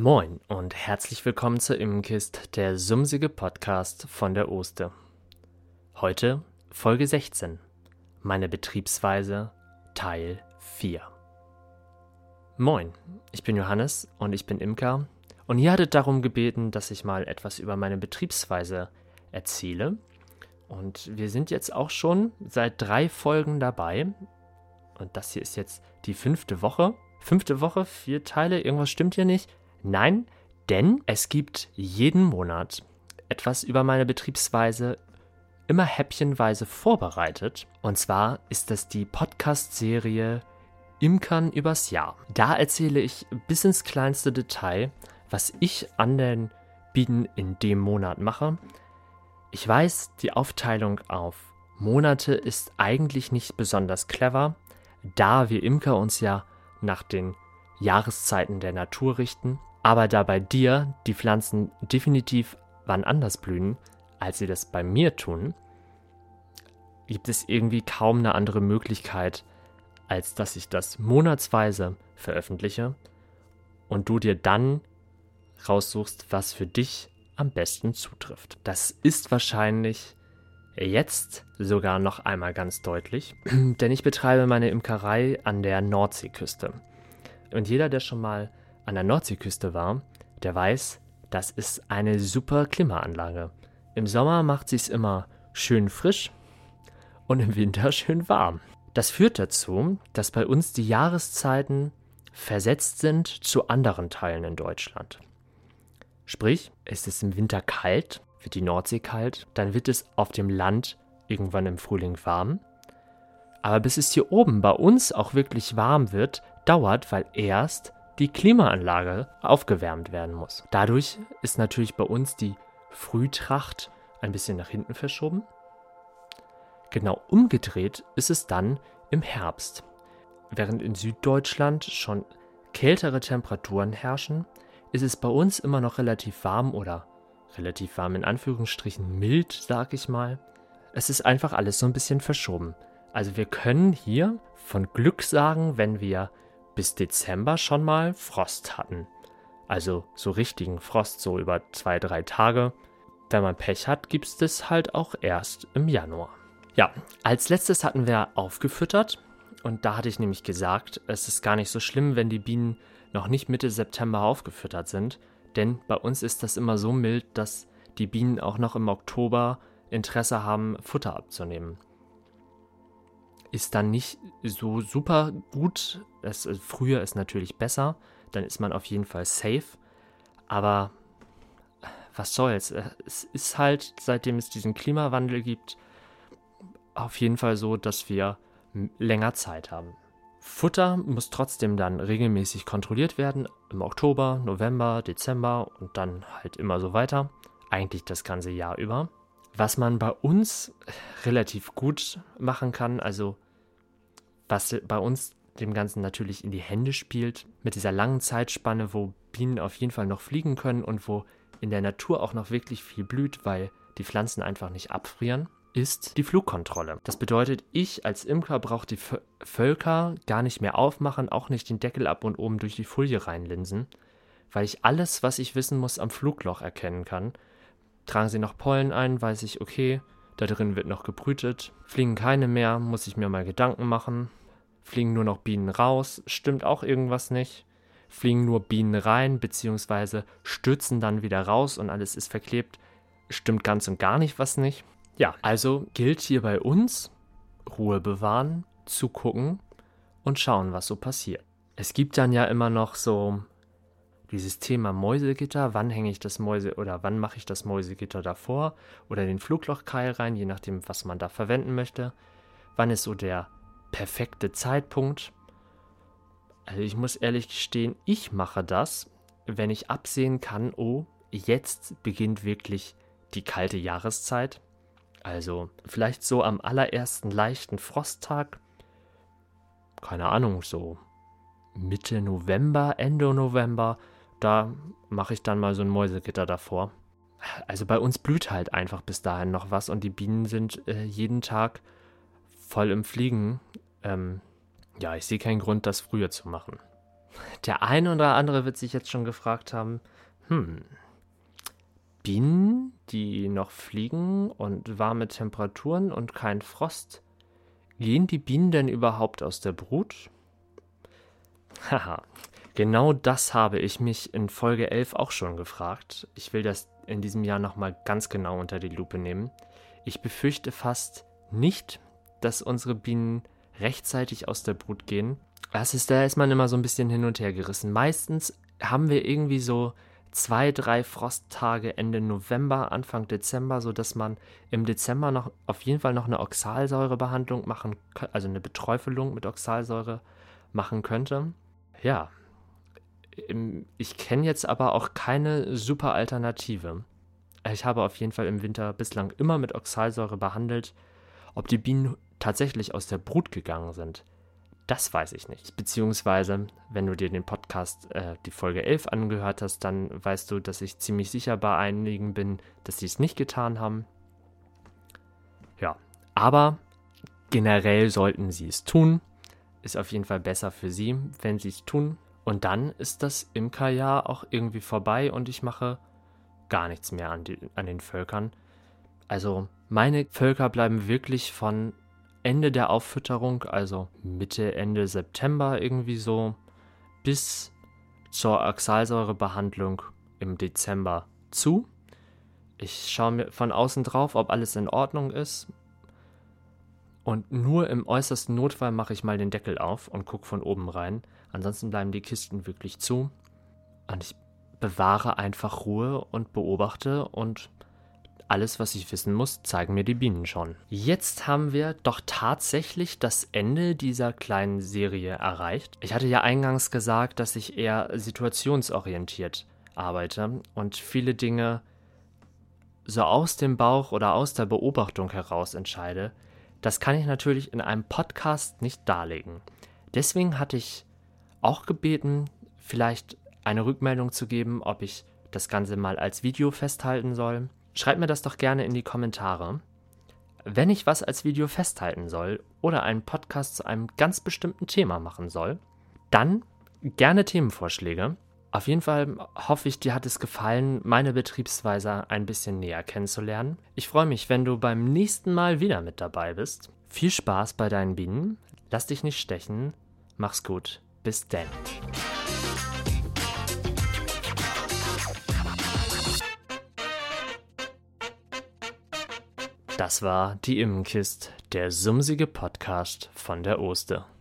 Moin und herzlich willkommen zur Immenkist, der sumsige Podcast von der Oste. Heute Folge 16, meine Betriebsweise, Teil 4. Moin, ich bin Johannes und ich bin Imker und ihr hattet darum gebeten, dass ich mal etwas über meine Betriebsweise erzähle. Und wir sind jetzt auch schon seit 3 Folgen dabei und das hier ist jetzt die 5. Woche. 5. Woche, 4 Teile, irgendwas stimmt hier nicht. Nein, denn es gibt jeden Monat etwas über meine Betriebsweise immer häppchenweise vorbereitet. Und zwar ist das die Podcast-Serie Imkern übers Jahr. Da erzähle ich bis ins kleinste Detail, was ich an den Bienen in dem Monat mache. Ich weiß, die Aufteilung auf Monate ist eigentlich nicht besonders clever, da wir Imker uns ja nach den Jahreszeiten der Natur richten. Aber da bei dir die Pflanzen definitiv wann anders blühen, als sie das bei mir tun, gibt es irgendwie kaum eine andere Möglichkeit, als dass ich das monatsweise veröffentliche und du dir dann raussuchst, was für dich am besten zutrifft. Das ist wahrscheinlich jetzt sogar noch einmal ganz deutlich, denn ich betreibe meine Imkerei an der Nordseeküste. Und jeder, der schon mal an der Nordseeküste war, der weiß, das ist eine super Klimaanlage. Im Sommer macht sie es immer schön frisch und im Winter schön warm. Das führt dazu, dass bei uns die Jahreszeiten versetzt sind zu anderen Teilen in Deutschland. Sprich, ist es im Winter kalt, wird die Nordsee kalt, dann wird es auf dem Land irgendwann im Frühling warm. Aber bis es hier oben bei uns auch wirklich warm wird, dauert, weil erst die Klimaanlage aufgewärmt werden muss. Dadurch ist natürlich bei uns die Frühtracht ein bisschen nach hinten verschoben. Genau umgedreht ist es dann im Herbst. Während in Süddeutschland schon kältere Temperaturen herrschen, ist es bei uns immer noch relativ warm oder relativ warm in Anführungsstrichen mild, sag ich mal. Es ist einfach alles so ein bisschen verschoben. Also wir können hier von Glück sagen, wenn wir bis Dezember schon mal Frost hatten. Also so richtigen Frost, so über 2-3 Tage. Wenn man Pech hat, gibt es das halt auch erst im Januar. Ja, als letztes hatten wir aufgefüttert. Und da hatte ich nämlich gesagt, es ist gar nicht so schlimm, wenn die Bienen noch nicht Mitte September aufgefüttert sind. Denn bei uns ist das immer so mild, dass die Bienen auch noch im Oktober Interesse haben, Futter abzunehmen. Ist dann nicht so super gut. Früher ist natürlich besser. Dann ist man auf jeden Fall safe. Aber was soll's? Es ist halt, seitdem es diesen Klimawandel gibt, auf jeden Fall so, dass wir länger Zeit haben. Futter muss trotzdem dann regelmäßig kontrolliert werden. Im Oktober, November, Dezember und dann halt immer so weiter. Eigentlich das ganze Jahr über. Was man bei uns relativ gut machen kann, also was bei uns dem Ganzen natürlich in die Hände spielt, mit dieser langen Zeitspanne, wo Bienen auf jeden Fall noch fliegen können und wo in der Natur auch noch wirklich viel blüht, weil die Pflanzen einfach nicht abfrieren, ist die Flugkontrolle. Das bedeutet, ich als Imker brauche die Völker gar nicht mehr aufmachen, auch nicht den Deckel ab und oben durch die Folie reinlinsen, weil ich alles, was ich wissen muss, am Flugloch erkennen kann. Tragen sie noch Pollen ein, weiß ich, okay, da drin wird noch gebrütet. Fliegen keine mehr, muss ich mir mal Gedanken machen. Fliegen nur noch Bienen raus, stimmt auch irgendwas nicht. Fliegen nur Bienen rein, beziehungsweise stürzen dann wieder raus und alles ist verklebt. Stimmt ganz und gar nicht was nicht. Ja, also gilt hier bei uns, Ruhe bewahren, zugucken und schauen, was so passiert. Es gibt dann ja immer noch so dieses Thema Mäusegitter, wann hänge ich das wann mache ich das Mäusegitter davor oder den Fluglochkeil rein, je nachdem, was man da verwenden möchte. Wann ist so der perfekte Zeitpunkt? Also ich muss ehrlich gestehen, ich mache das, wenn ich absehen kann, oh, jetzt beginnt wirklich die kalte Jahreszeit. Also vielleicht so am allerersten leichten Frosttag, keine Ahnung, so Mitte November, Ende November, da mache ich dann mal so ein Mäusegitter davor. Also bei uns blüht halt einfach bis dahin noch was und die Bienen sind jeden Tag voll im Fliegen. Ja, ich sehe keinen Grund, das früher zu machen. Der eine oder andere wird sich jetzt schon gefragt haben, Bienen, die noch fliegen und warme Temperaturen und kein Frost, gehen die Bienen denn überhaupt aus der Brut? Haha, genau das habe ich mich in Folge 11 auch schon gefragt. Ich will das in diesem Jahr nochmal ganz genau unter die Lupe nehmen. Ich befürchte fast nicht, dass unsere Bienen rechtzeitig aus der Brut gehen. Da ist man immer so ein bisschen hin und her gerissen. Meistens haben wir irgendwie so 2, 3 Frosttage Ende November, Anfang Dezember, sodass man im Dezember noch auf jeden Fall noch eine Oxalsäurebehandlung machen, also eine Beträufelung mit Oxalsäure machen könnte. Ja, ich kenne jetzt aber auch keine super Alternative. Ich habe auf jeden Fall im Winter bislang immer mit Oxalsäure behandelt. Ob die Bienen tatsächlich aus der Brut gegangen sind, das weiß ich nicht. Beziehungsweise, wenn du dir den Podcast, die Folge 11 angehört hast, dann weißt du, dass ich ziemlich sicher bei einigen bin, dass sie es nicht getan haben. Ja, aber generell sollten sie es tun. Ist auf jeden Fall besser für sie, wenn sie es tun. Und dann ist das Imkerjahr auch irgendwie vorbei und ich mache gar nichts mehr an den Völkern. Also meine Völker bleiben wirklich von Ende der Auffütterung, also Mitte, Ende September irgendwie so, bis zur Oxalsäurebehandlung im Dezember zu. Ich schaue mir von außen drauf, ob alles in Ordnung ist. Und nur im äußersten Notfall mache ich mal den Deckel auf und gucke von oben rein. Ansonsten bleiben die Kisten wirklich zu. Und ich bewahre einfach Ruhe und beobachte und alles, was ich wissen muss, zeigen mir die Bienen schon. Jetzt haben wir doch tatsächlich das Ende dieser kleinen Serie erreicht. Ich hatte ja eingangs gesagt, dass ich eher situationsorientiert arbeite und viele Dinge so aus dem Bauch oder aus der Beobachtung heraus entscheide. Das kann ich natürlich in einem Podcast nicht darlegen. Deswegen hatte ich auch gebeten, vielleicht eine Rückmeldung zu geben, ob ich das Ganze mal als Video festhalten soll. Schreibt mir das doch gerne in die Kommentare. Wenn ich was als Video festhalten soll oder einen Podcast zu einem ganz bestimmten Thema machen soll, dann gerne Themenvorschläge. Auf jeden Fall hoffe ich, dir hat es gefallen, meine Betriebsweise ein bisschen näher kennenzulernen. Ich freue mich, wenn du beim nächsten Mal wieder mit dabei bist. Viel Spaß bei deinen Bienen. Lass dich nicht stechen. Mach's gut. Bis denn. Das war die Immenkist, der sumsige Podcast von der Oste.